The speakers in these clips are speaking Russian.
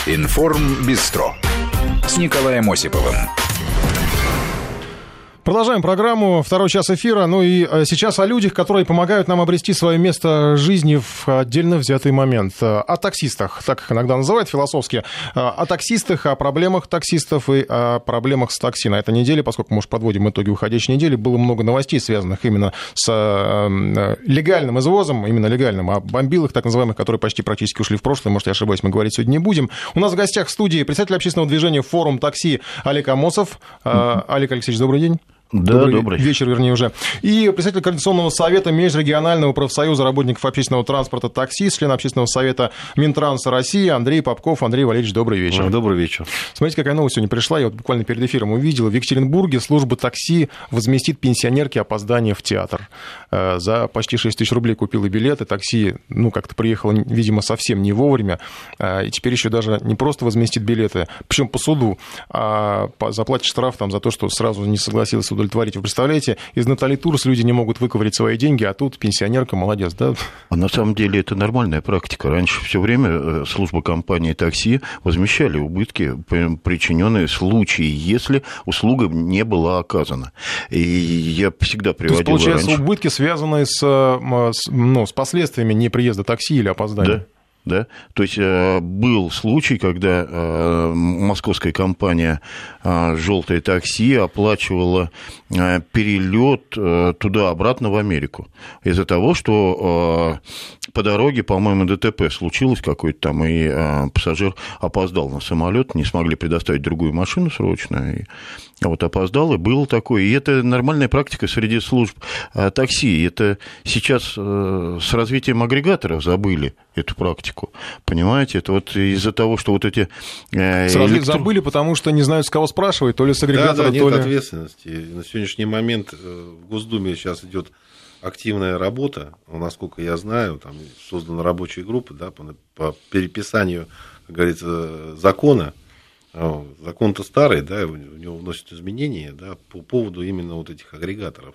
Информбистро с Николаем Осиповым. Продолжаем программу, второй час эфира. Ну и сейчас о людях, которые помогают нам обрести свое место жизни в отдельно взятый момент. О таксистах, так их иногда называют философски. О таксистах, о проблемах таксистов и о проблемах с такси. На этой неделе, поскольку мы уже подводим итоги уходящей недели, было много новостей, связанных именно с легальным извозом, именно легальным. О бомбилах, так называемых, которые почти практически ушли в прошлое. Может, я ошибаюсь, мы говорить сегодня не будем. У нас в гостях в студии председатель общественного движения «Форум такси» Олег Амосов. Олег Алексеевич, добрый день. Да, добрый вечер, вернее, уже. И председатель Координационного совета Межрегионального профсоюза работников общественного транспорта «Такси», член общественного совета Минтранса России Андрей Попков. Андрей Валерьевич, добрый вечер. Добрый вечер. Смотрите, какая новость сегодня пришла. Я вот буквально перед эфиром увидел. В Екатеринбурге служба такси возместит пенсионерке опоздание в театр. За почти 6 тысяч рублей купила билеты. Такси, как-то приехало, видимо, совсем не вовремя. И теперь еще даже не просто возместит билеты, причем по суду, а заплатит штраф там за то, что сразу не согласился удовлетворить. Вы представляете, из Натали Турс люди не могут выковырять свои деньги, а тут пенсионерка, молодец, да? А на самом деле это нормальная практика. Раньше все время служба компании такси возмещали убытки, причиненные в случае, если услуга не была оказана. И я всегда приводил... То есть, получается, убытки, связанные с последствиями неприезда такси или опоздания? Да, то есть был случай, когда московская компания «Желтое такси» оплачивала перелет туда-обратно в Америку из-за того, что по дороге, по-моему, ДТП случилось какое-то там, и пассажир опоздал на самолет, не смогли предоставить другую машину срочно, и вот опоздал, и было такое. И это нормальная практика среди служб такси. Это сейчас с развитием агрегаторов забыли эту практику. Понимаете? Это вот из-за того, что вот эти... Забыли, потому что не знают, с кого спрашивать, то ли с агрегатора, да, нет то ли... ответственности. На сегодняшний момент в Госдуме сейчас идет активная работа. Насколько я знаю, там создана рабочая группа, да, по переписанию, как говорится, закона. Закон-то старый, да, в него вносят изменения, да, по поводу именно вот этих агрегаторов,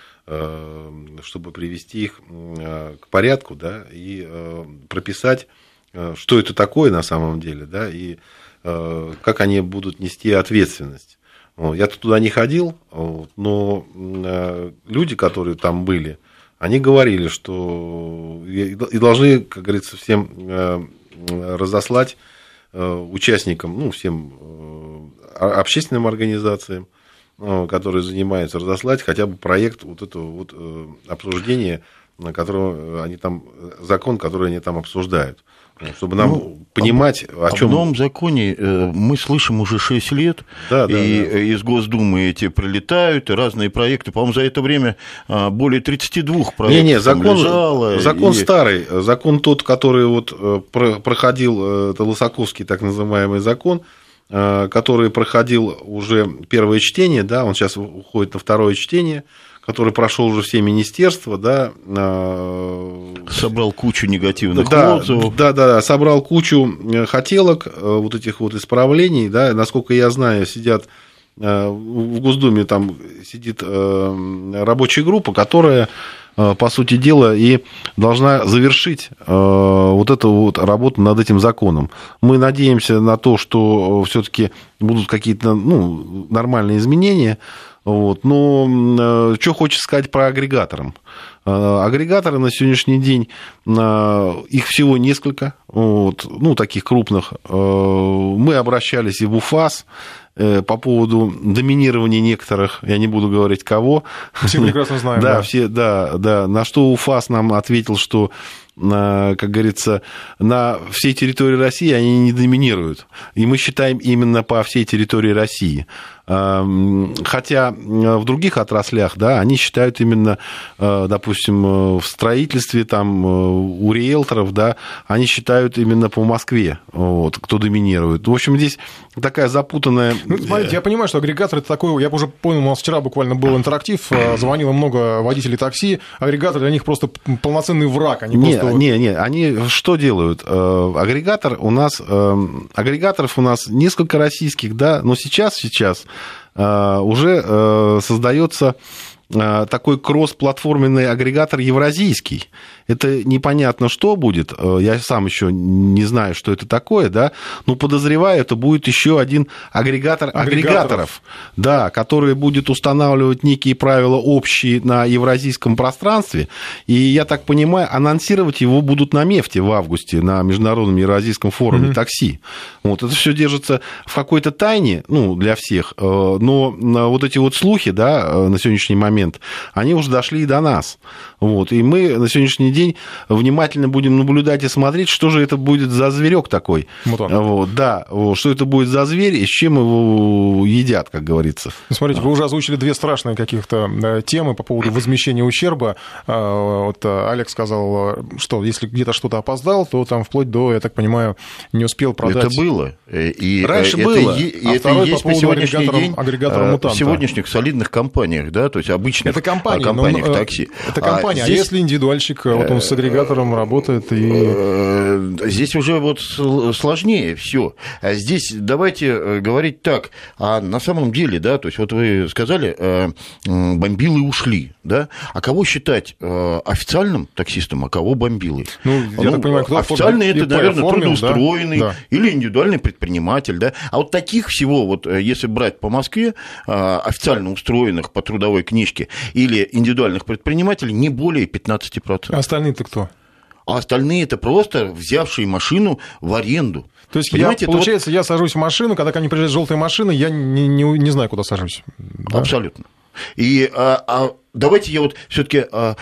чтобы привести их к порядку, да, и прописать, что это такое на самом деле, да, и как они будут нести ответственность. Я туда не ходил, но люди, которые там были, они говорили, что и должны, как говорится, всем разослать участникам, всем общественным организациям, которые занимаются, разослать хотя бы проект вот этого вот обсуждения, которого они там, закон, который они там обсуждают. Чтобы нам понимать, о чем... В новом законе мы слышим уже 6 лет, из Госдумы эти прилетают, и разные проекты. По-моему, за это время более 32 проектов закон старый. Закон тот, который вот проходил, это Лысаковский так называемый закон, который проходил уже первое чтение, да, он сейчас уходит на второе чтение, который прошел уже все министерства, да. Собрал кучу негативных отзывов. Да, собрал кучу хотелок, вот этих вот исправлений, да, насколько я знаю, сидят в Госдуме, там сидит рабочая группа, которая, по сути дела, и должна завершить вот эту вот работу над этим законом. Мы надеемся на то, что все-таки будут какие-то нормальные изменения. Вот. Но что хочется сказать про агрегаторов. Агрегаторы на сегодняшний день, их всего несколько, таких крупных. Мы обращались и в УФАС по поводу доминирования некоторых, я не буду говорить кого. Все прекрасно знаем. Да. На что УФАС нам ответил, что, как говорится, на всей территории России они не доминируют. И мы считаем именно по всей территории России. Хотя в других отраслях, да, они считают именно, допустим, в строительстве, там, у риэлторов, да, они считают именно по Москве, кто доминирует. В общем, здесь такая запутанная... Смотрите, я понимаю, что агрегатор это такой, я уже понял, у нас вчера буквально был интерактив, звонило много водителей такси, агрегатор для них просто полноценный враг. Не, они что делают? Агрегаторов у нас несколько российских, да, но сейчас уже создается такой кросс-платформенный агрегатор евразийский. Это непонятно, что будет. Я сам еще не знаю, что это такое, да, но подозреваю, это будет еще один агрегатор агрегаторов, да, который будет устанавливать некие правила общие на евразийском пространстве. И, я так понимаю, анонсировать его будут на МЕФТе в августе, на Международном евразийском форуме такси. Вот, это все держится в какой-то тайне, ну, для всех, но вот эти вот слухи, да, на сегодняшний момент, они уже дошли и до нас. Вот, и мы на сегодняшний день внимательно будем наблюдать и смотреть, что же это будет за зверек такой. Вот, да, что это будет за зверь и с чем его едят, как говорится. Смотрите, вы уже озвучили две страшные каких-то темы по поводу возмещения ущерба. Вот Олег сказал, что если где-то что-то опоздал, то там вплоть до, я так понимаю, не успел продать. Это было. И раньше это было. Это и есть по сегодняшний день агрегатора в сегодняшних солидных компаниях, да, то есть обычных компаниях такси. Это компания, а если индивидуальщик, вот он с агрегатором работает и... Здесь уже вот сложнее все. Здесь давайте говорить так, а на самом деле, да, то есть вот вы сказали, бомбилы ушли, да, а кого считать официальным таксистом, а кого бомбилы? Ну, я так понимаю, кто официальный это, наверное, трудоустроенный, да, или индивидуальный предприниматель, да, а вот таких всего, вот если брать по Москве, официально устроенных по трудовой книжке или индивидуальных предпринимателей не более 15%. А остальные-то кто? А остальные это просто взявшие машину в аренду. То есть, получается, я сажусь в машину, когда ко мне приезжает желтая машина, я не знаю, куда сажусь. Да? Абсолютно. И давайте я вот все-таки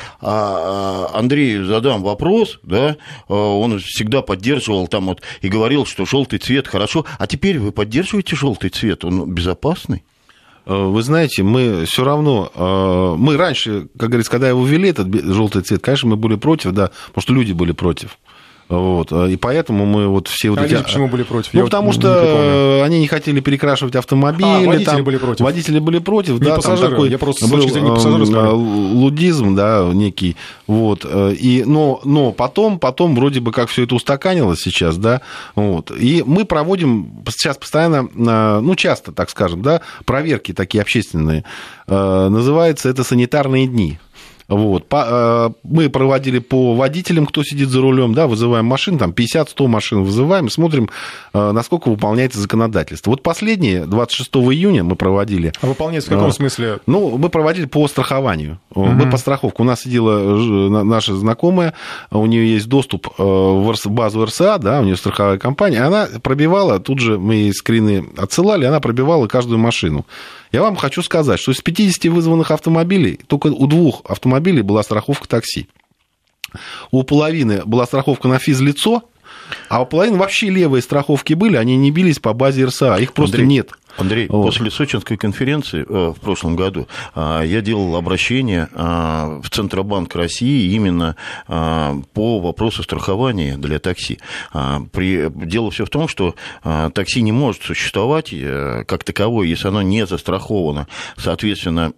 Андрею задам вопрос, да, он всегда поддерживал там вот и говорил, что желтый цвет хорошо, а теперь вы поддерживаете желтый цвет, он безопасный? Вы знаете, мы все равно, мы раньше, как говорится, когда его ввели, этот желтый цвет, конечно, мы были против, да, потому что люди были против. Вот, и поэтому мы вот все вот эти... люди почему были против? Ну, потому что они не хотели перекрашивать автомобили. Водители там, были против. Водители были против, не да, пассажиры, там такой я просто с точки зрения пассажиров смотрю. Лудизм, да, некий, вот, но потом вроде бы как все это устаканилось сейчас, да, вот, и мы проводим сейчас постоянно, ну, часто, так скажем, да, проверки такие общественные, называется это санитарные дни. Вот. Мы проводили по водителям, кто сидит за рулем, да, вызываем машин, там 50-100 машин вызываем, смотрим, насколько выполняется законодательство. Вот последние, 26 июня мы проводили. А выполняется в каком смысле? Ну, мы проводили по страхованию. Мы по страховке. У нас сидела наша знакомая, у нее есть доступ в базу РСА, да, у нее страховая компания, она пробивала, тут же мы ей скрины отсылали, она пробивала каждую машину. Я вам хочу сказать, что из 50 вызванных автомобилей только у 2 автомобилей была страховка такси. У половины была страховка на физлицо, а у половины вообще левые страховки были, они не бились по базе РСА, их просто нет. Андрей, вот. После Сочинской конференции в прошлом году я делал обращение в Центробанк России именно по вопросу страхования для такси. Дело все в том, что такси не может существовать как таковое, если оно не застраховано, соответственно,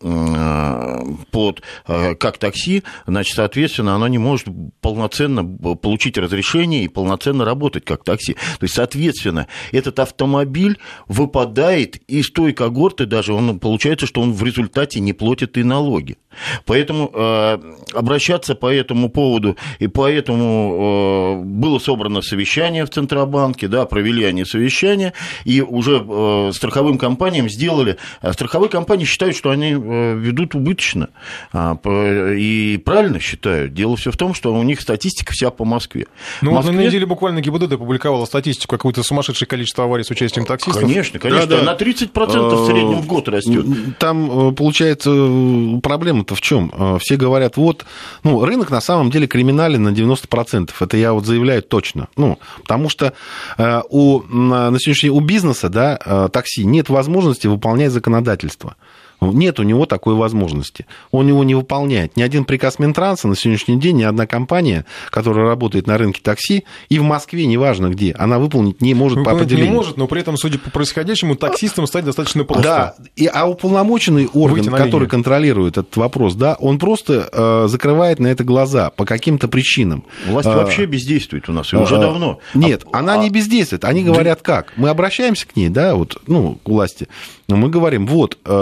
как такси, значит, соответственно, оно не может полноценно получить разрешение и полноценно работать как такси. То есть, соответственно, этот автомобиль выпадает из той когорты даже, получается, что он в результате не платит и налоги. Поэтому обращаться по этому поводу, и поэтому было собрано совещание в Центробанке, да, провели они совещание, и уже страховым компаниям сделали... Страховые компании считают, что они ведут убыточно, и правильно считают. Дело все в том, что у них статистика вся по Москве. Ну, вот на неделе буквально ГИБДД опубликовала статистику, какое-то сумасшедшее количество аварий с участием таксистов. Конечно, да. На 30% в среднем в год растет. Там, получается, проблема-то в чем? Все говорят, вот, ну, рынок на самом деле криминален на 90%. Это я вот заявляю точно. Ну, потому что на сегодняшний день у бизнеса, да, такси нет возможности выполнять законодательство. Нет у него такой возможности. Он его не выполняет. Ни один приказ Минтранса на сегодняшний день, ни одна компания, которая работает на рынке такси, и в Москве, неважно где, она выполнить не может по определению. Не может, но при этом, судя по происходящему, таксистам стать достаточно просто. Да, а уполномоченный орган, который контролирует этот вопрос, да, он просто закрывает на это глаза по каким-то причинам. Власть вообще бездействует у нас, и уже давно. Нет, она не бездействует. Они говорят как? Мы обращаемся к ней, да, вот, ну, к власти, но мы говорим, вот,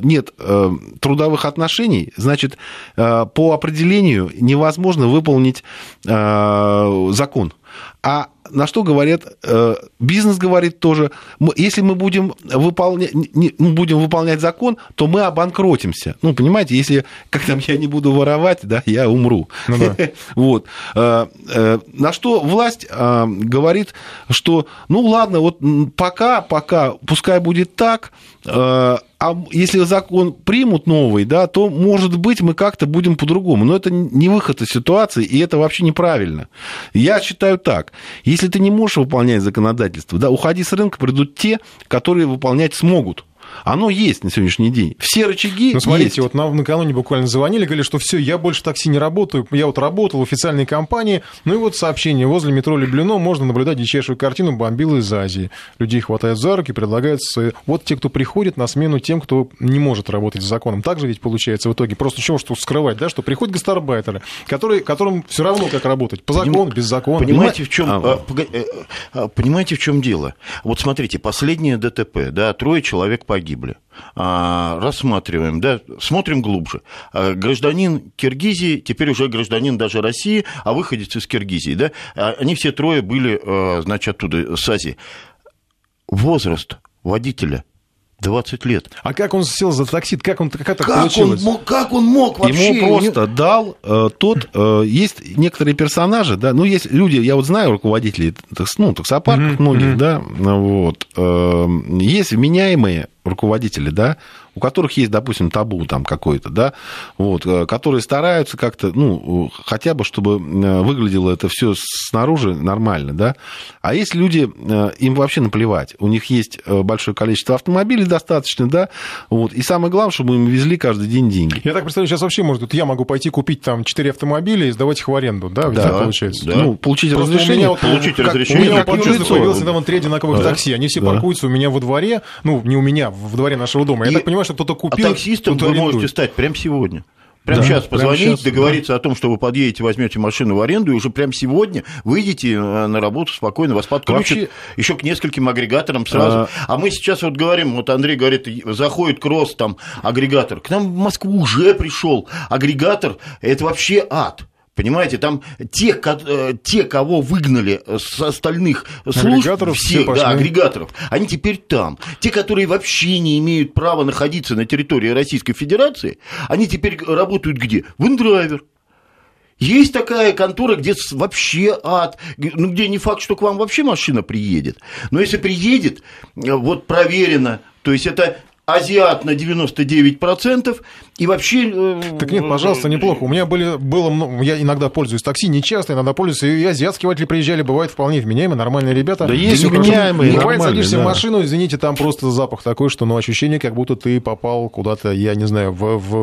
нет трудовых отношений, значит, по определению невозможно выполнить закон. А на что говорят, бизнес говорит тоже, если мы будем выполнять закон, то мы обанкротимся. Ну, понимаете, если как там я не буду воровать, да, я умру. Ну, да. Вот. На что власть говорит, что ну ладно, вот пока, пускай будет так, а если закон примут новый, да, то, может быть, мы как-то будем по-другому. Но это не выход из ситуации, и это вообще неправильно. Я считаю так. Если ты не можешь выполнять законодательство, да, уходи с рынка, придут те, которые выполнять смогут. Оно есть на сегодняшний день. Все рычаги. Ну, смотрите, есть. вот нам накануне буквально звонили, говорили, что все, я больше такси не работаю. Я вот работал в официальной компании. Ну и вот сообщение. Возле метро Люблино можно наблюдать дичайшую картину бомбилы из Азии. Людей хватают за руки, предлагают... Вот те, кто приходит на смену тем, кто не может работать с законом. Так же ведь получается в итоге. Просто чего что скрывать, да, что приходят гастарбайтеры, которым все равно как работать. По закону, без закона. Понимаете, в чем дело? Вот смотрите, последнее ДТП, да, 3 человек погибли. Рассматриваем, да, смотрим глубже. Гражданин Киргизии, теперь уже гражданин даже России, а выходец из Киргизии, да, они все 3 были, значит, оттуда, с Азии. Возраст водителя 20 лет. А как он сел за такси? Как так получилось? Как он мог вообще? Ему просто дал есть некоторые персонажи, да, ну, есть люди, я вот знаю руководителей, ну, таксопарков многих, да, вот, есть вменяемые руководители, да, у которых есть, допустим, табу там какой-то, да, вот, которые стараются как-то, ну, хотя бы, чтобы выглядело это все снаружи нормально, да, а есть люди, им вообще наплевать, у них есть большое количество автомобилей достаточно, да, вот, и самое главное, чтобы им везли каждый день деньги. Я так представляю, сейчас вообще, может, вот я могу пойти купить там 4 автомобиля и сдавать их в аренду, да, ведь так получается? Да. Ну, получить просто разрешение. У меня подъезде появился недавно 3 одинаковых такси, они все паркуются у меня во дворе, ну, не у меня, в дворе нашего дома. Я так понимаю, что кто-то купил. А таксистом вы можете стать прямо сегодня. Прямо сейчас позвонить, договориться о том, что вы подъедете, возьмете машину в аренду, и уже прямо сегодня выйдете на работу спокойно, вас подключат еще к нескольким агрегаторам сразу. А мы сейчас вот говорим, вот Андрей говорит, заходит кросс, там, агрегатор. К нам в Москву уже пришел агрегатор, это вообще ад. Понимаете, там те, кого выгнали с остальных служб, всех, да, агрегаторов, они теперь там. Те, которые вообще не имеют права находиться на территории Российской Федерации, они теперь работают где? В InDriver. Есть такая контора, где вообще ад, ну, где не факт, что к вам вообще машина приедет. Но если приедет, вот проверено, то есть это... Азиат на 99%, и вообще... Так нет, пожалуйста, неплохо. У меня было много... Я иногда пользуюсь такси, не часто, иногда пользуюсь, и азиатские водители приезжали, бывают вполне вменяемые, нормальные ребята. Да есть вменяемые, нормальные. Бывает, садишься в машину, извините, там просто запах такой, что, ну, ощущение, как будто ты попал куда-то, я не знаю,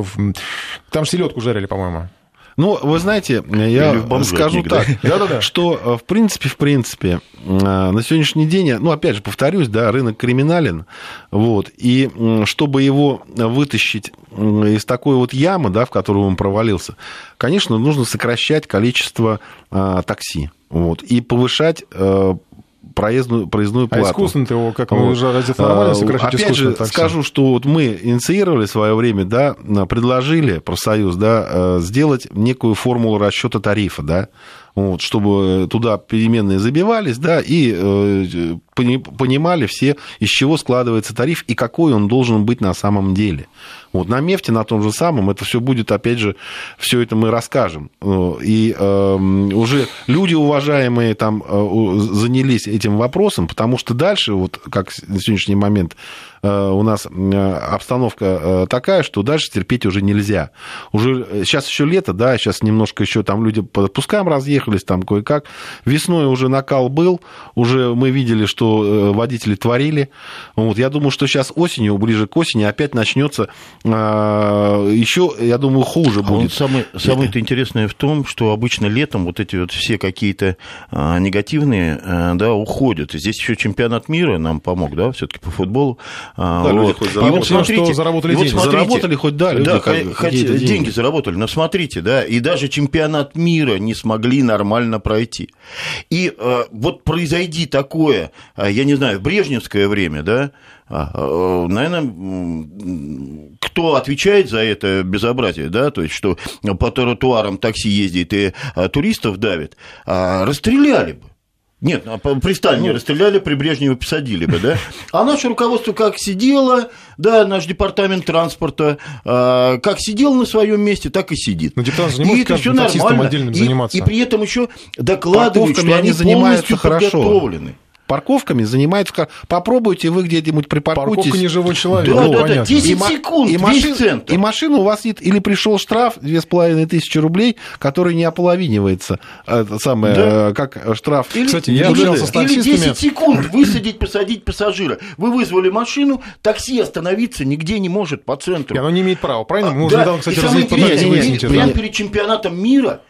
Там селедку жарили, по-моему. Ну, вы знаете, я скажу так, что, в принципе, на сегодняшний день, ну, опять же, повторюсь, да, рынок криминален, вот, и чтобы его вытащить из такой вот ямы, да, в которую он провалился, конечно, нужно сокращать количество такси, вот, и повышать проездную плату. А искусственно-то его, как мы уже разве нормально сокращать? Опять же, скажу, что вот мы инициировали в свое время, да, предложили профсоюз, да, сделать некую формулу расчета тарифа, да, вот, чтобы туда переменные забивались, да, и понимали все, из чего складывается тариф и какой он должен быть на самом деле. Вот, на нефти, на том же самом, это все будет, опять же, все это мы расскажем. И уже люди уважаемые там занялись этим вопросом, потому что дальше, вот как на сегодняшний момент у нас обстановка такая, что дальше терпеть уже нельзя. Уже сейчас еще лето, да, сейчас немножко еще там люди по отпускам разъехались, там кое-как. Весной уже накал был, уже мы видели, что водители творили. Вот, я думаю, что сейчас осенью, ближе к осени опять начнется еще, я думаю, хуже будет. Самое интересное в том, что обычно летом вот эти вот все какие-то негативные, да, уходят. Здесь еще чемпионат мира нам помог, да, все-таки по футболу. люди хоть заработали. Что заработали деньги. Заработали хоть, да, люди деньги заработали, но смотрите, да, и даже чемпионат мира не смогли нормально пройти. И вот произойди такое, я не знаю, в брежневское время, да, наверное, кто отвечает за это безобразие, да, то есть, что по тротуарам такси ездит и туристов давит, расстреляли бы. Нет, при Сталине расстреляли, при Брежневе посадили бы, да? А наше руководство как сидело, да, наш департамент транспорта, как сидел на своем месте, так и сидит. Но депутат же не может каждым таксистом отдельным заниматься. И при этом еще докладывают, что они полностью подготовлены. Парковками занимаются... Попробуйте вы где-нибудь припаркуйтесь. Парковка не живой человек. Да, 10 секунд, весь центр. И машина у вас или пришел штраф 2500 рублей, который не ополовинивается, как штраф. Кстати, я общался с таксистами. Или 10 секунд высадить, посадить пассажира. Вы вызвали машину, такси остановиться нигде не может по центру. Оно не имеет права, правильно? Мы уже недавно, кстати, прямо перед чемпионатом мира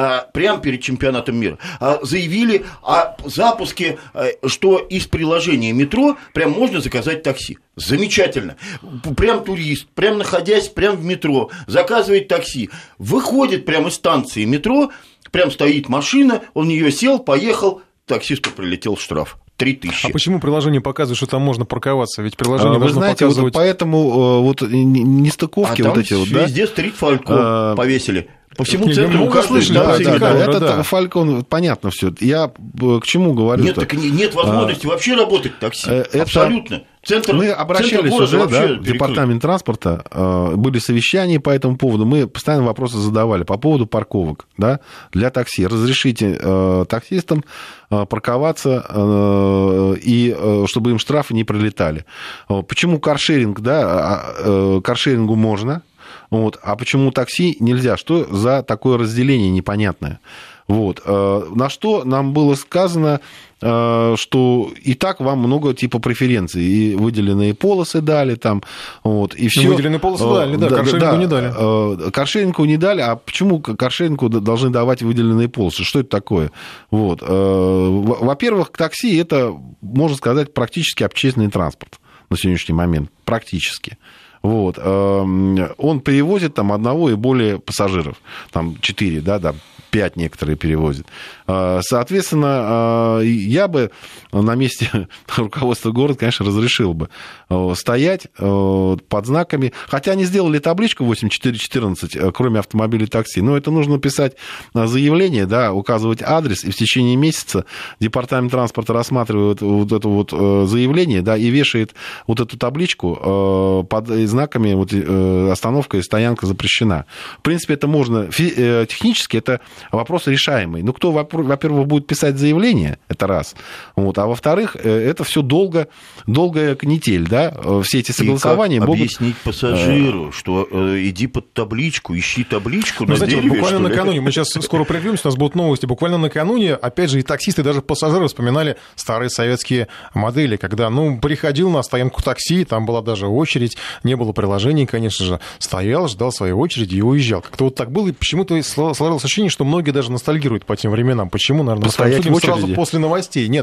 заявили о запуске, что из приложения метро прям можно заказать такси. Замечательно. Прям турист, прям находясь прям в метро, заказывает такси, выходит прямо из станции метро, прям стоит машина, он в нее сел, поехал, таксисту прилетел штраф. 3000. А почему приложение показывает, что там можно парковаться? Ведь приложение должно знаете, показывать... Вот поэтому вот нестыковки вот эти вот, да? Везде стрит-фалько повесили. По всему центру мы слышали, это Фалькон, понятно все. Я к чему говорю? Нет возможности вообще работать в такси. Абсолютно. Мы обращались уже, да, в департамент транспорта, были совещания по этому поводу, мы постоянно вопросы задавали по поводу парковок, да, для такси. Разрешите таксистам парковаться, и чтобы им штрафы не прилетали. Почему каршеринг, да, каршерингу можно, вот, а почему такси нельзя? Что за такое разделение непонятное? Вот. На что нам было сказано, что и так вам много типа преференций, и выделенные полосы дали там, вот, и все. Выделенные полосы дали, да, каршерингу не дали. Каршерингу не дали, а почему каршерингу должны давать выделенные полосы? Что это такое? Вот. Во-первых, такси – это, можно сказать, практически общественный транспорт на сегодняшний момент, практически. Вот. Он перевозит там одного и более пассажиров, там 4, да, 5 некоторые перевозят. Соответственно, я бы на месте руководства города, конечно, разрешил бы стоять под знаками. Хотя они сделали табличку 8414, кроме автомобилей и такси. Но это нужно писать заявление, да, указывать адрес, и в течение месяца департамент транспорта рассматривает вот это вот заявление, да, и вешает вот эту табличку под знаками вот, остановка и стоянка запрещена. В принципе, это можно... Технически это вопрос решаемый. Ну, кто, во-первых, будет писать заявление, это раз. Вот, а во-вторых, это все долгая канитель, да, все эти согласования и как могут... объяснить пассажиру, что иди под табличку, ищи табличку на знаете, дереве, буквально накануне, мы сейчас скоро прервемся, у нас будут новости, буквально накануне, опять же, и таксисты, и даже пассажиры вспоминали старые советские модели, когда, приходил на стоянку такси, там была даже очередь, не было приложений, конечно же, стоял, ждал своей очереди и уезжал. Как-то вот так было, и почему-то сложилось ощущение, что многие даже ностальгируют по тем временам. Почему, наверное, мы обсудим сразу после новостей. Нет,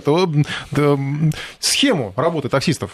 схему работы таксистов.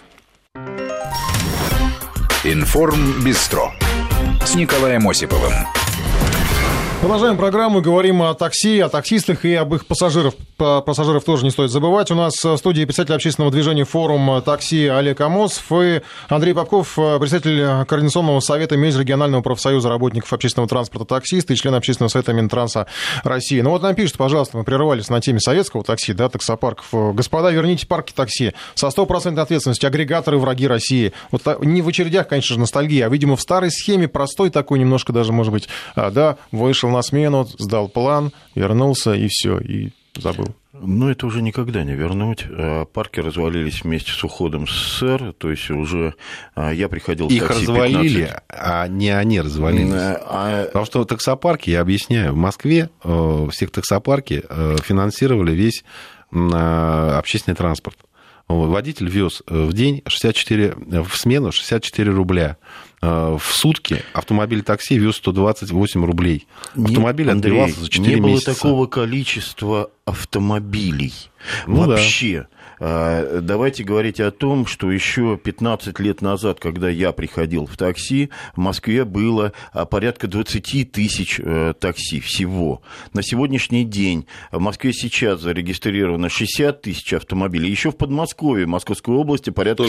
Информбистро с Николаем Осиповым. Продолжаем программу, говорим о такси, о таксистах и об их пассажирах. Пассажиров тоже не стоит забывать. У нас в студии представитель общественного движения «Форум такси» Олег Амосов и Андрей Попков, председатель Координационного совета Межрегионального профсоюза работников общественного транспорта «Таксисты» и член общественного совета Минтранса России. Ну вот нам пишут, пожалуйста, мы прерывались на теме советского такси, да, таксопарков. Господа, верните парки такси со 100% ответственностью, агрегаторы враги России. Вот не в очередях, конечно же, ностальгия, а, видимо, в старой схеме, простой такой немножко даже, может быть, да, вышел на смену, сдал план, вернулся и все, и забыл. Ну, это уже никогда не вернуть. Парки развалились вместе с уходом СССР, то есть уже я приходил в такси 15. Их развалили, а не они развалились. Потому что таксопарки, я объясняю, в Москве всех таксопарки финансировали весь общественный транспорт. Водитель вез в день в смену 64 рубля. в сутки автомобиль такси вез 128 рублей. Автомобиль отбивался за 4 месяца. Не было такого количества автомобилей. Вообще. Давайте говорить о том, что еще 15 лет назад, когда я приходил в такси, в Москве было порядка 20 тысяч такси всего. На сегодняшний день в Москве сейчас зарегистрировано 60 тысяч автомобилей. Еще в Подмосковье, Московской области порядка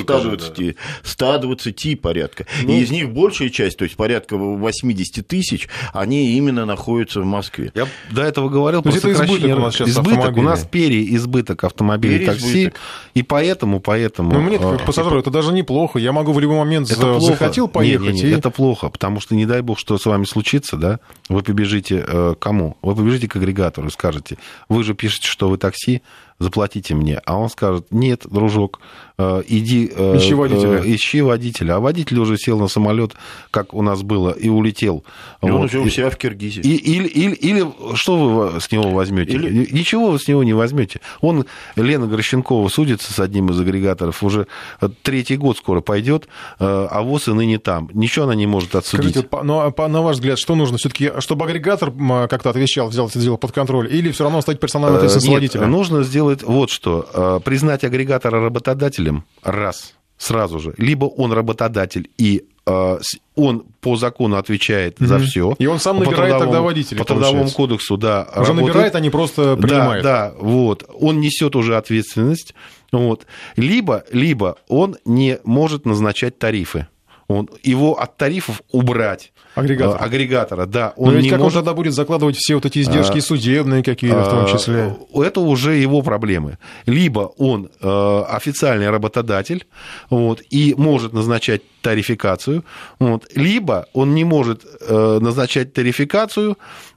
120 порядка. И из них большая часть, то есть порядка 80 тысяч, они именно находятся в Москве. Я до этого говорил про сокращение. Избыток. У нас переизбыток автомобилей такси. И поэтому... Ну, мне, как пассажиру, это даже неплохо. Я могу в любой момент захотел поехать. Нет, это плохо, потому что, не дай бог, что с вами случится, да, вы побежите к кому? Вы побежите к агрегатору и скажете, вы же пишете, что вы такси, заплатите мне. А он скажет, нет, дружок, иди ищи водителя. А водитель уже сел на самолет, как у нас было, и улетел. И он уже у себя в Киргизии. Или что вы с него возьмете? Ничего вы с него не возьмете. Лена Грощенкова судится с одним из агрегаторов, уже 3-й год скоро пойдет, а ВОЗ и ныне там. Ничего она не может отсудить. Скажите, на ваш взгляд, что нужно? Все-таки, чтобы агрегатор как-то отвечал, взял это дело под контроль, или все равно стать персональной ответственностью водителя? Нужно сделать вот что. Признать агрегатора работодателем, сразу же. Либо он работодатель, и он по закону отвечает за все. И он сам набирает тогда водителей. По трудовому кодексу, да. Уже набирает, а не просто принимает. Да, вот. Он несет уже ответственность. Вот. Либо он не может назначать тарифы. Его от тарифов убрать. Агрегатора, да. Но ведь как он тогда будет закладывать все вот эти издержки судебные какие-то в том числе? Это уже его проблемы. Либо он официальный работодатель, и может назначать тарификацию, либо он не может назначать тарификацию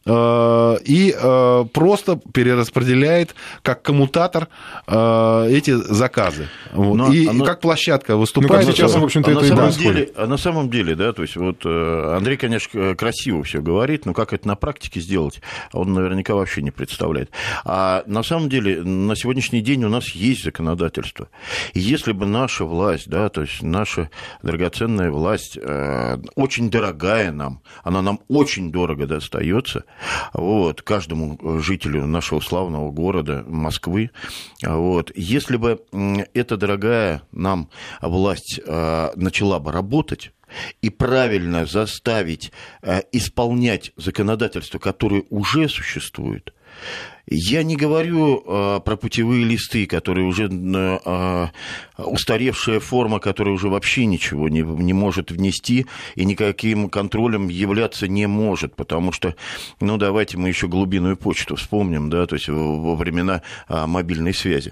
и просто перераспределяет как коммутатор эти заказы. Как площадка выступает. Сейчас, в общем-то, это и происходит. А на самом деле, да, то есть Андрей, конечно, красиво все говорит, но как это на практике сделать, он наверняка вообще не представляет. А на самом деле на сегодняшний день у нас есть законодательство. И если бы наша власть, да, то есть наша драгоценная власть, очень дорогая нам, она нам очень дорого достается, каждому жителю нашего славного города Москвы, если бы эта дорогая нам власть начала бы работать, и правильно заставить исполнять законодательство, которое уже существует. Я не говорю про путевые листы, которые уже устаревшая форма, которая уже вообще ничего не может внести и никаким контролем являться не может, потому что, давайте мы еще глубинную почту вспомним, да, то есть во времена мобильной связи.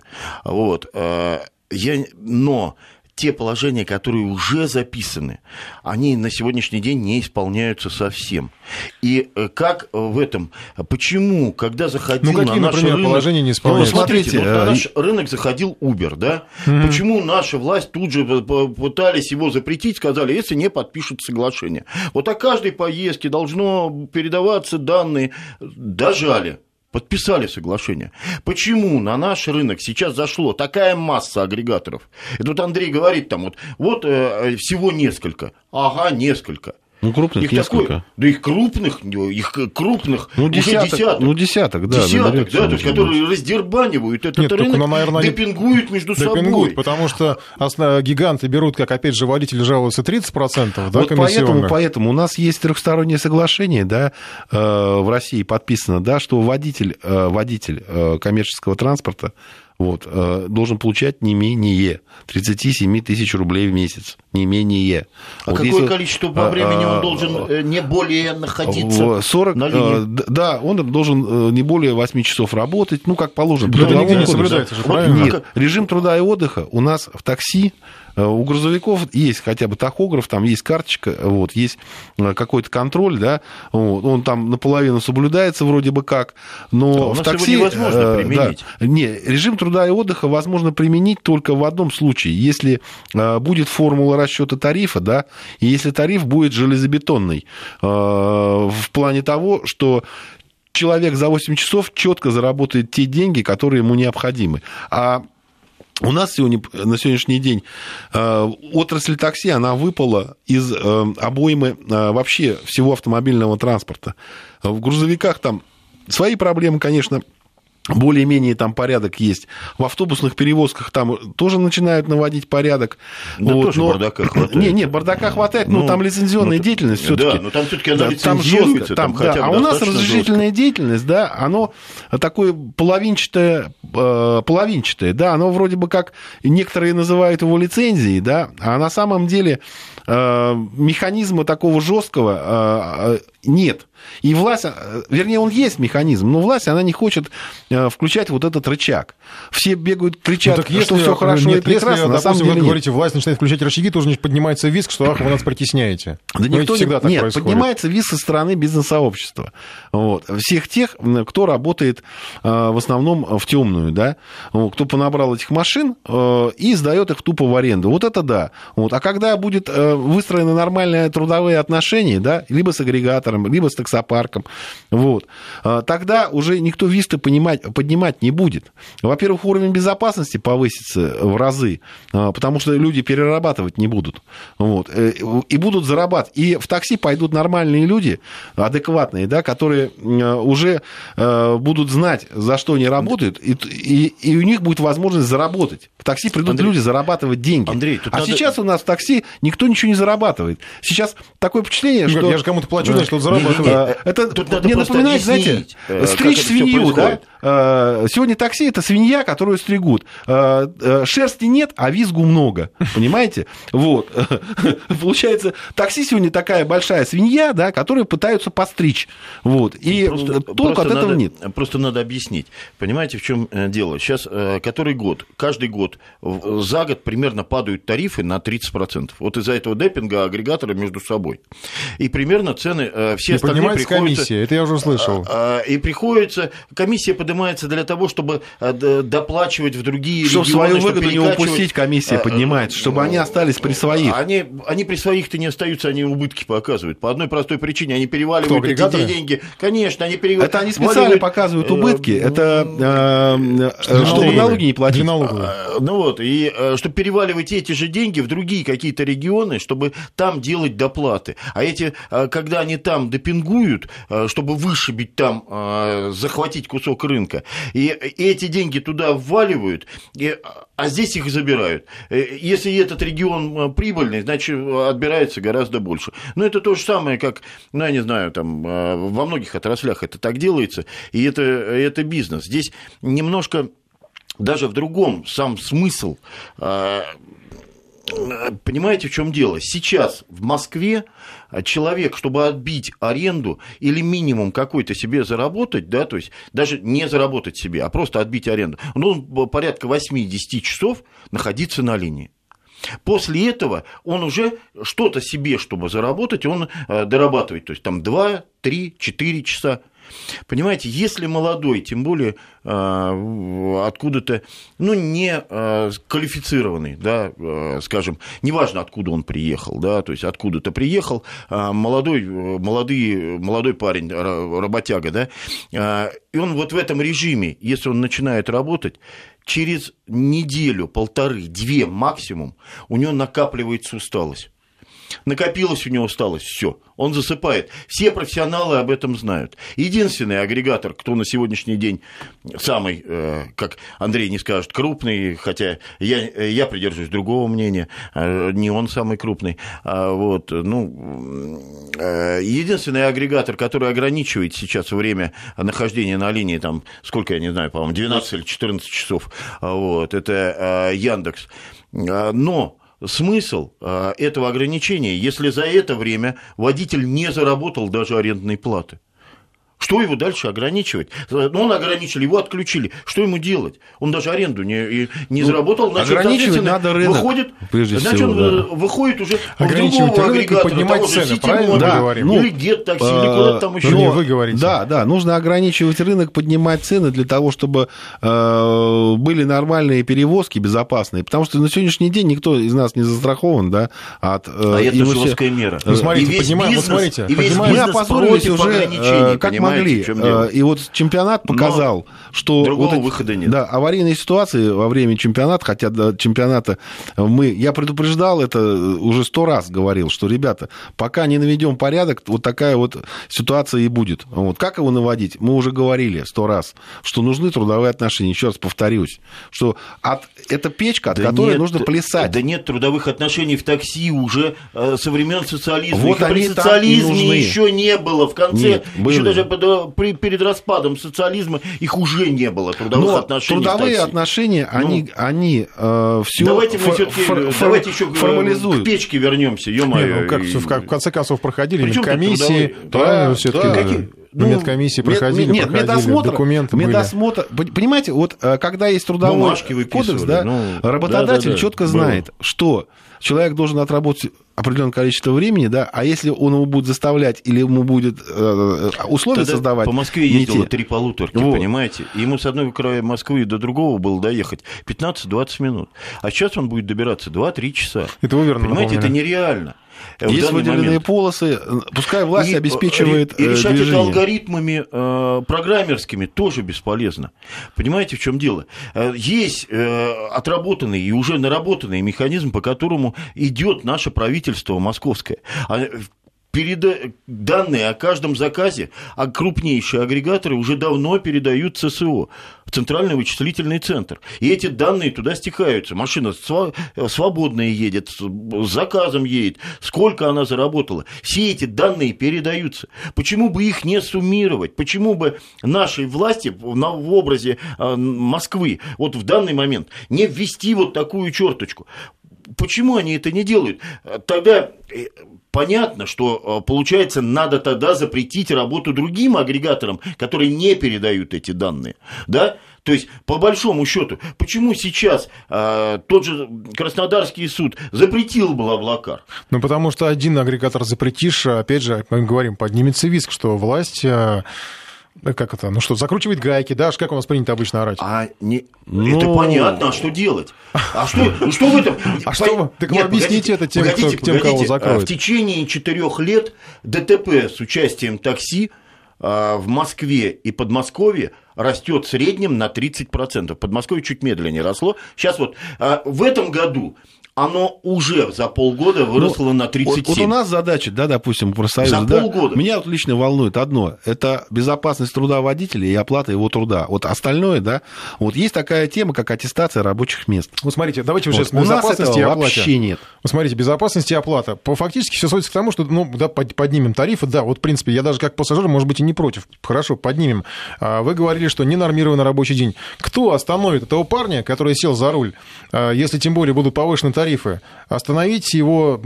Но те положения, которые уже записаны, они на сегодняшний день не исполняются совсем. И как в этом, почему, когда заходил на наш рынок... положения не исполняются? Смотрите, на наш рынок заходил Uber, да? Почему наша власть тут же пытались его запретить, сказали, если не подпишут соглашение. О каждой поездке должно передаваться данные, дожали. Подписали соглашение. Почему на наш рынок сейчас зашло такая масса агрегаторов? И тут Андрей говорит, всего несколько. Ага, несколько. Крупных их несколько. Их крупных десяток. Десяток, да, то есть, которые раздербанивают этот рынок, наверное, депингуют между собой. Потому что гиганты берут, как опять же водители жалуются, 30%, да, комиссионных. Поэтому у нас есть трехстороннее соглашение, да, в России подписано, да, что водитель коммерческого транспорта должен получать не менее 37 тысяч рублей в месяц. Не менее. Какое количество по времени он должен не более находиться 40, на линии? Да, он должен не более 8 часов работать, как положено. Это нигде не соблюдается же, правильно? Нет, режим труда и отдыха у нас в такси, у грузовиков есть хотя бы тахограф, там есть карточка, есть какой-то контроль, да, он там наполовину соблюдается вроде бы как, но в такси... его невозможно применить. Режим труда и отдыха возможно применить только в одном случае, если будет формула расчета тарифа, да, и если тариф будет железобетонный, в плане того, что человек за 8 часов четко заработает те деньги, которые ему необходимы. А У нас на сегодняшний день отрасль такси, она выпала из обоймы вообще всего автомобильного транспорта. В грузовиках там свои проблемы, конечно, более-менее там порядок есть. В автобусных перевозках там тоже начинают наводить порядок. Да тоже бардака хватает. Нет, бардака хватает, но там лицензионная деятельность все-таки. Да, но там все-таки она лицензируется. Там хотя бы а у нас разрешительная деятельность, да, оно такое половинчатое, да, оно вроде бы как некоторые называют его лицензией, да, а на самом деле механизма такого жесткого нет. И власть, вернее, он есть механизм, но власть, она не хочет включать вот этот рычаг. Все бегают, кричат, что все хорошо и прекрасно. Если, допустим, вы говорите, власть начинает включать рычаги, тоже не поднимается визг, что ах, вы нас притесняете. Да никто всегда так происходит. Поднимается визг со стороны бизнес-сообщества. Вот. Всех тех, кто работает в основном в темную, да, кто понабрал этих машин и сдает их тупо в аренду. Вот это да. Вот. А когда будет выстроены нормальные трудовые отношения, да, либо с агрегатором, либо с таксопарком, вот, тогда уже никто визг поднимать не будет. Во-первых, уровень безопасности повысится в разы, потому что люди перерабатывать не будут. Вот, и будут зарабатывать. И в такси пойдут нормальные люди, адекватные, да, которые уже будут знать, за что они работают, и у них будет возможность заработать. В такси придут Андрей, люди зарабатывать деньги. Андрей, сейчас у нас в такси никто ничего не зарабатывает. Сейчас такое впечатление, что... Я же кому-то плачу, значит, что зарабатываю. Это мне напоминает, знаете, стричь свинью, да? Сегодня такси — это свинья, которую стригут. Шерсти нет, а визгу много. Понимаете? Вот. Получается, такси сегодня такая большая свинья, да, которую пытаются постричь. Вот. И толку от этого нет. Просто надо объяснить. Понимаете, в чем дело? Сейчас который год, каждый год за год примерно падают тарифы на 30%. Вот из-за этого деппинга агрегаторы между собой. И примерно цены все остальные приходятся... комиссия, это я уже слышал. И приходится... Комиссия поднимается для того, чтобы доплачивать в другие регионы. Чтобы свою выгоду не упустить, комиссия поднимается, чтобы они остались при своих. Они при своих-то не остаются, они убытки показывают. По одной простой причине. Они переваливают эти деньги. Конечно, они переваливают. Это они специально показывают убытки. Это чтобы налоги не платить. Ну вот, и чтобы переваливать эти же деньги в другие какие-то регионы, чтобы там делать доплаты. А эти, когда они там депингуют, чтобы вышибить там, захватить кусок рынка, и эти деньги туда вваливают, а здесь их забирают. Если этот регион прибыльный, значит, отбирается гораздо больше. Но это то же самое, как, ну, я не знаю, там, во многих отраслях это так делается, и это бизнес. Здесь немножко даже в другом сам смысл. Понимаете, в чем дело? Сейчас в Москве человек, чтобы отбить аренду или минимум какой-то себе заработать, да, то есть даже не заработать себе, а просто отбить аренду, он должен порядка 8-10 часов находиться на линии. После этого он уже что-то себе, чтобы заработать, он дорабатывает, то есть там 2, 3, 4 часа. Понимаете, если молодой, тем более откуда-то, ну, не квалифицированный, да, скажем, неважно, откуда он приехал, да, то есть откуда-то приехал, молодой парень, работяга, да, и он вот в этом режиме, если он начинает работать, через неделю, полторы, 2 максимум, у него накапливается усталость. Накопилась у него усталость, все, он засыпает. Все профессионалы об этом знают. Единственный агрегатор, кто на сегодняшний день самый, как Андрей не скажет, крупный, хотя я придерживаюсь другого мнения, не он самый крупный, вот, ну, единственный агрегатор, который ограничивает сейчас время нахождения на линии, там, сколько, я не знаю, по-моему, 12 или 14 часов, вот, это Яндекс. Но смысл этого ограничения, если за это время водитель не заработал даже арендной платы? Что его дальше ограничивать? Ну, он ограничили, его отключили. Что ему делать? Он даже аренду не заработал. Значит, ограничивать надо рынок. Выходит, прежде значит, всего, он выходит уже в другого агрегатора, поднимать цены, правильно да, мы говорим? Или Get-такси, или куда-то там еще. Вы говорите. Да, нужно ограничивать рынок, поднимать цены для того, чтобы были нормальные перевозки, безопасные. Потому что на сегодняшний день никто из нас не застрахован, да, от... это жесткая мера. Ну, смотрите, и весь поднимаем, бизнес, вот смотрите, и весь поднимаем, бизнес опозорились против уже, ограничений, как понимаете? могли. И вот чемпионат показал, что другого выхода нет. Да, аварийные ситуации во время чемпионата, хотя до чемпионата я предупреждал это, уже 100 раз говорил, что, ребята, пока не наведем порядок, вот такая вот ситуация и будет. Вот. Как его наводить? Мы уже говорили 100 раз, что нужны трудовые отношения. Еще раз повторюсь, что это печка, от которой нужно плясать. Да нет трудовых отношений в такси уже со времен социализма. Вот их при социализме еще не было. В конце, еще даже перед распадом социализма их уже не было трудовых отношений. Трудовые отношения, они все давайте еще формализуют. К печке вернемся, ё-моё. В конце концов проходили медкомиссии, правильно, все-таки. Медкомиссии проходили, документы медосмотр. Понимаете, вот когда есть трудовой кодекс, да, работодатель четко знает, что человек должен отработать определенное количество времени, да, а если он его будет заставлять или ему будет условия тогда создавать... По Москве ездило 3 полуторки, вот. Понимаете? Ему с одного края Москвы до другого было доехать 15-20 минут. А сейчас он будет добираться 2-3 часа. Это вы верно понимаете, это нереально. Есть выделенные полосы, пускай власть обеспечивает и решать движение. это алгоритмами программерскими тоже бесполезно. Понимаете, в чем дело? Есть отработанный и уже наработанный механизм, по которому идет наше правительство московское. Данные о каждом заказе, а крупнейшие агрегаторы уже давно передают ЦСО, в Центральный вычислительный центр. И эти данные туда стекаются. Машина свободная едет, с заказом едет, сколько она заработала. Все эти данные передаются. Почему бы их не суммировать? Почему бы нашей власти в образе Москвы вот в данный момент не ввести вот такую черточку? Почему они это не делают? Тогда понятно, что, получается, надо тогда запретить работу другим агрегаторам, которые не передают эти данные. Да? То есть, по большому счету, почему сейчас тот же Краснодарский суд запретил BlaBlaCar? Ну, потому что один агрегатор запретишь, опять же, мы говорим, поднимется визг, что власть... Как это? Ну что, закручивает гайки, да? Как у нас принято обычно орать? Это понятно, а что делать? Что в этом? Так вы объясните это тем, кого закроют. В течение 4 лет ДТП с участием такси в Москве и Подмосковье растет в среднем на 30%. В Подмосковье чуть медленнее росло. Сейчас вот в этом году оно уже за полгода выросло на 37%. Вот у нас задача, да, допустим, профсоюза. За полгода. Меня вот лично волнует одно. Это безопасность труда водителя и оплата его труда. Вот остальное, да. Вот есть такая тема, как аттестация рабочих мест. Вот смотрите, давайте уже с безопасности и оплате. Вообще нет. Вот смотрите, безопасность и оплата. Фактически все сводится к тому, что поднимем тарифы. Да, вот в принципе, я даже как пассажир, может быть, и не против. Хорошо, поднимем. Вы говорили, что ненормированный рабочий день. Кто остановит этого парня, который сел за руль, если тем более будут повышены тарифы? Остановить его,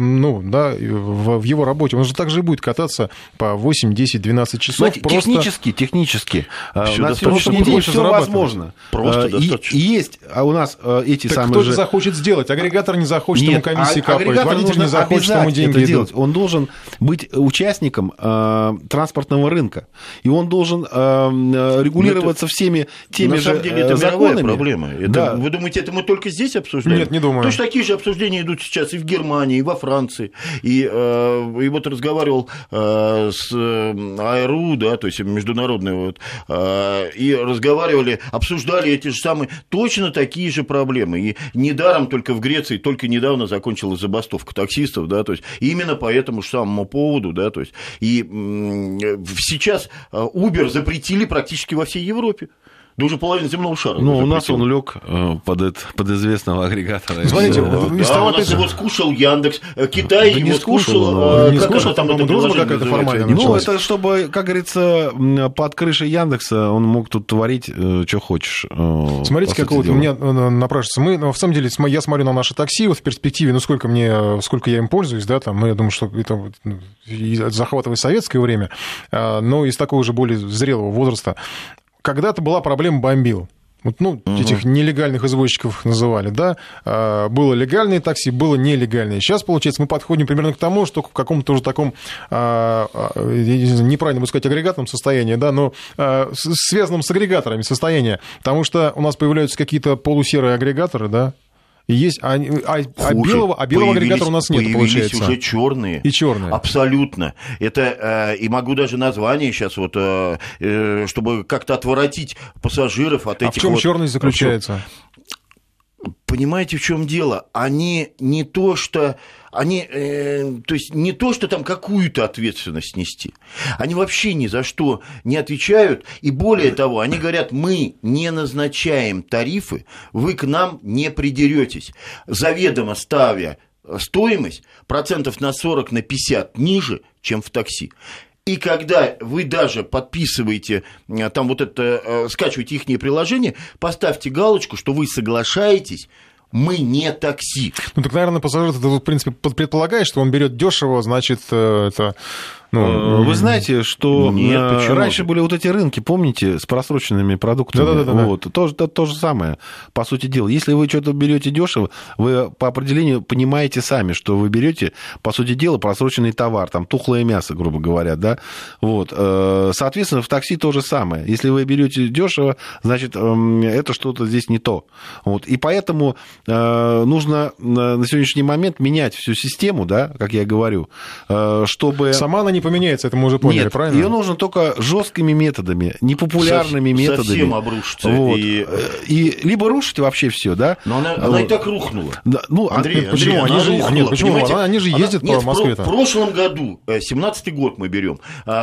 в его работе. Он же также будет кататься по 8, 10, 12 часов. Знаете, технически. На сегодняшний день все возможно. Просто достаточно. И есть у нас эти самые кто-то захочет сделать. Агрегатор не захочет ему комиссии капать. Водитель не захочет ему деньги делать. Он должен быть участником транспортного рынка. И он должен регулироваться всеми теми же законами. На самом деле, это мировая проблема. Вы думаете, это мы только здесь обсуждаем? Нет, не думаю. Точно такие же обсуждения идут сейчас и в Германии, и во Франции. И вот разговаривал с АРУ, да, то есть международный, и обсуждали эти же самые, точно такие же проблемы. И недаром только в Греции только недавно закончилась забастовка таксистов, да, то есть именно по этому же самому поводу, да, то есть и сейчас Uber запретили практически во всей Европе. Да уже половина земного шара. Ну, у нас он лег под известного агрегатора. Смотрите, у нас его скушал Яндекс, Китай его скушал. Не скушал, там это дружба какая-то формальная началась. Ну, это чтобы, как говорится, под крышей Яндекса он мог тут творить, что хочешь. Смотрите, как вот у меня напрашивается. В самом деле, я смотрю на наше такси, вот в перспективе, сколько я им пользуюсь, да, там, я думаю, что это захватывает советское время, но из такого же более зрелого возраста. Когда-то была проблема бомбил. Этих нелегальных извозчиков называли, да, было легальное такси, было нелегальное. Сейчас, получается, мы подходим примерно к тому, что к какому-то уже такому, неправильно буду сказать, агрегатном состоянии, да, но связанном с агрегаторами состояние, потому что у нас появляются какие-то полусерые агрегаторы, да, Есть, белого агрегатора у нас нет, получается. Появились уже черные. И черные. Абсолютно. Это, и могу даже название сейчас, вот, чтобы как-то отворотить пассажиров от этих... А в чем черность заключается? Понимаете, в чем дело? Они не то, что... то есть не то, что там какую-то ответственность нести. Они вообще ни за что не отвечают. И более того, они говорят, мы не назначаем тарифы, вы к нам не придеретесь. Заведомо ставя стоимость процентов на 40, на 50 ниже, чем в такси. И когда вы даже подписываете, там вот это, скачиваете их приложение, поставьте галочку, что вы соглашаетесь, мы не такси. Ну, так, наверное, пассажир, ты, в принципе, предполагаешь, что он берет дешево, значит, это... Ну, вы знаете, что нет, раньше были вот эти рынки, помните, с просроченными продуктами? Да. Вот, то же самое, по сути дела. Если вы что-то берете дешево, вы по определению понимаете сами, что вы берете, по сути дела, просроченный товар, там, тухлое мясо, грубо говоря, да? Вот. Соответственно, в такси то же самое. Если вы берете дешево, значит, это что-то здесь не то. Вот. И поэтому нужно на сегодняшний момент менять всю систему, да, как я говорю, чтобы... Сама она не поменяется, это мы уже поняли, нет, правильно? Ее нужно только жесткими методами, непопулярными методами. Совсем обрушится. Вот. И либо рушить вообще все, да? Но она и так рухнула. Да, ну, Андрей, почему? Она рухнула, Нет, почему? Они же ездят по Москве-то. В прошлом году, 17-й год мы берем,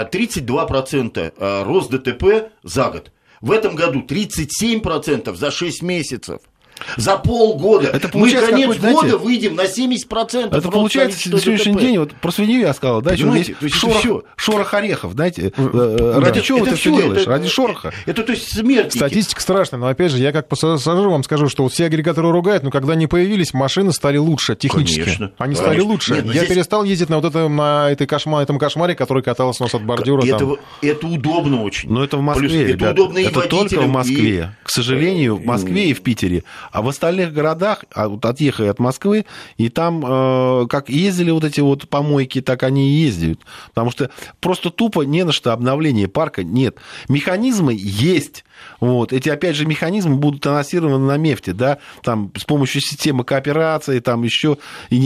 32% рост ДТП за год. В этом году 37% за 6 месяцев. За полгода. Это мы конец года, знаете, выйдем на 70%. Это получается на сегодняшний день, вот про свинью я сказал, да, шорох орехов, знаете, ради чего ты все делаешь? Ради шороха. Это то есть смерть. Статистика страшная, но опять же, я как пассажир вам скажу, что вот все агрегаторы ругают, но когда они появились, машины стали лучше технически. Конечно, они стали лучше. Нет, я перестал ездить на этом кошмаре, который катался у нас от бордюра. Это удобно очень. Но это в Москве, ребят. Это только в Москве. К сожалению, в Москве и в Питере. А в остальных городах, вот отъехали от Москвы, и там как ездили вот эти вот помойки, так они и ездят. Потому что просто тупо не на что обновление парка нет. Механизмы есть. Вот. Эти, опять же, механизмы будут анонсированы на нефти, да, там с помощью системы кооперации, там еще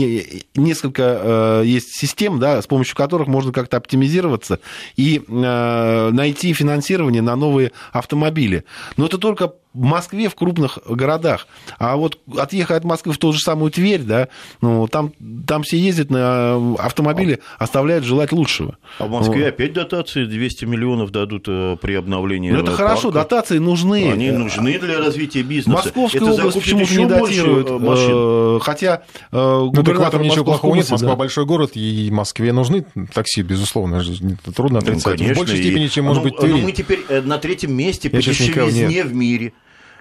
несколько есть систем, да, с помощью которых можно как-то оптимизироваться и найти финансирование на новые автомобили. Но это только в Москве, в крупных городах. А вот отъехать от Москвы в ту же самую Тверь, да, ну, там все ездят на автомобиле, оставляют желать лучшего. А в Москве опять дотации 200 миллионов дадут при обновлении. Ну, это хорошо, дотации нужны. Они нужны для развития бизнеса. Московская область почему-то не датирует. Хотя губернатор ничего плохого нет. Москва большой город, и Москве нужны такси, безусловно. Трудно отрицать. В большей степени, чем может быть Твери. Но мы теперь на третьем месте по дешевизне в мире.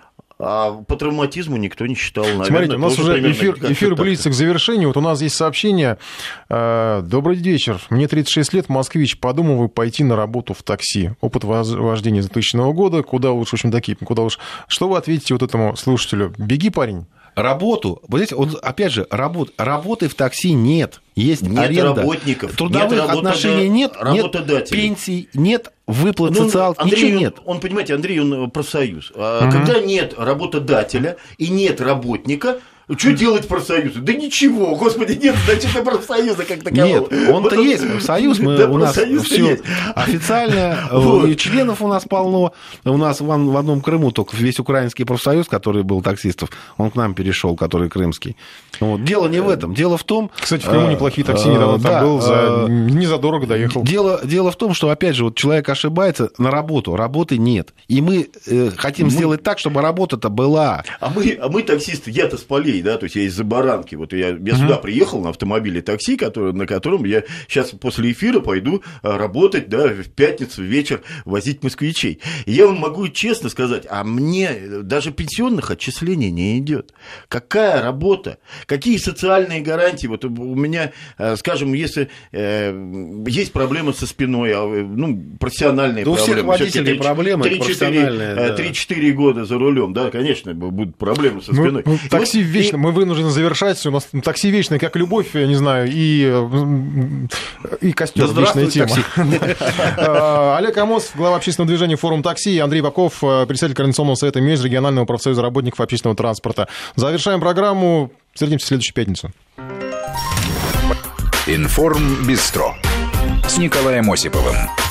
А по травматизму никто не считал. Наверное, смотрите, у нас уже эфир близится к завершению. Вот у нас есть сообщение. Добрый вечер. Мне 36 лет, москвич. Подумываю пойти на работу в такси. Опыт вождения 2000 года. Куда лучше, в общем, такие, куда лучше. Что вы ответите вот этому слушателю? Беги, парень. Работу, вот знаете, он, опять же, работы в такси нет. Есть нет аренда. Работников, трудовых отношений нет пенсий, нет выплат социалки, Андрей, ничего нет. Он, понимаете, Андрей, он профсоюз. Когда нет работодателя и нет работника, что делать профсоюзу? Да ничего, господи, нет, значит, и профсоюза как такового. Нет, он-то есть, профсоюз, у нас все официально, и членов у нас полно. У нас в одном Крыму только весь украинский профсоюз, который был таксистов, он к нам перешел, который крымский. Вот. Дело не в этом, дело в том... Кстати, в Крыму неплохие такси недавно там был, не задорого доехал. Дело в том, что, опять же, вот человек ошибается на работу, работы нет. И мы хотим сделать так, чтобы работа-то была. А мы таксисты, я-то с полей, да, то есть я из-за Баранки, вот я сюда приехал на автомобиле такси, на котором я сейчас после эфира пойду работать, да, в пятницу вечер возить москвичей. И я вам могу честно сказать, а мне даже пенсионных отчислений не идет. Какая работа? Какие социальные гарантии? Вот у меня, скажем, если есть проблемы со спиной, профессиональные проблемы. У всех водителей проблемы профессиональные. 3-4 года за рулем, да, конечно, будут проблемы со спиной. Такси вещь Мы вынуждены завершать. У нас такси вечное, как любовь, я не знаю, и костер. Да, вечная тема. такси. Олег Амосов, глава общественного движения «Форум такси», и Андрей Баков, председатель Координационного совета Межрегионального профсоюза работников общественного транспорта. Завершаем программу. Встретимся в следующую пятницу. Информбистро с Николаем Осиповым.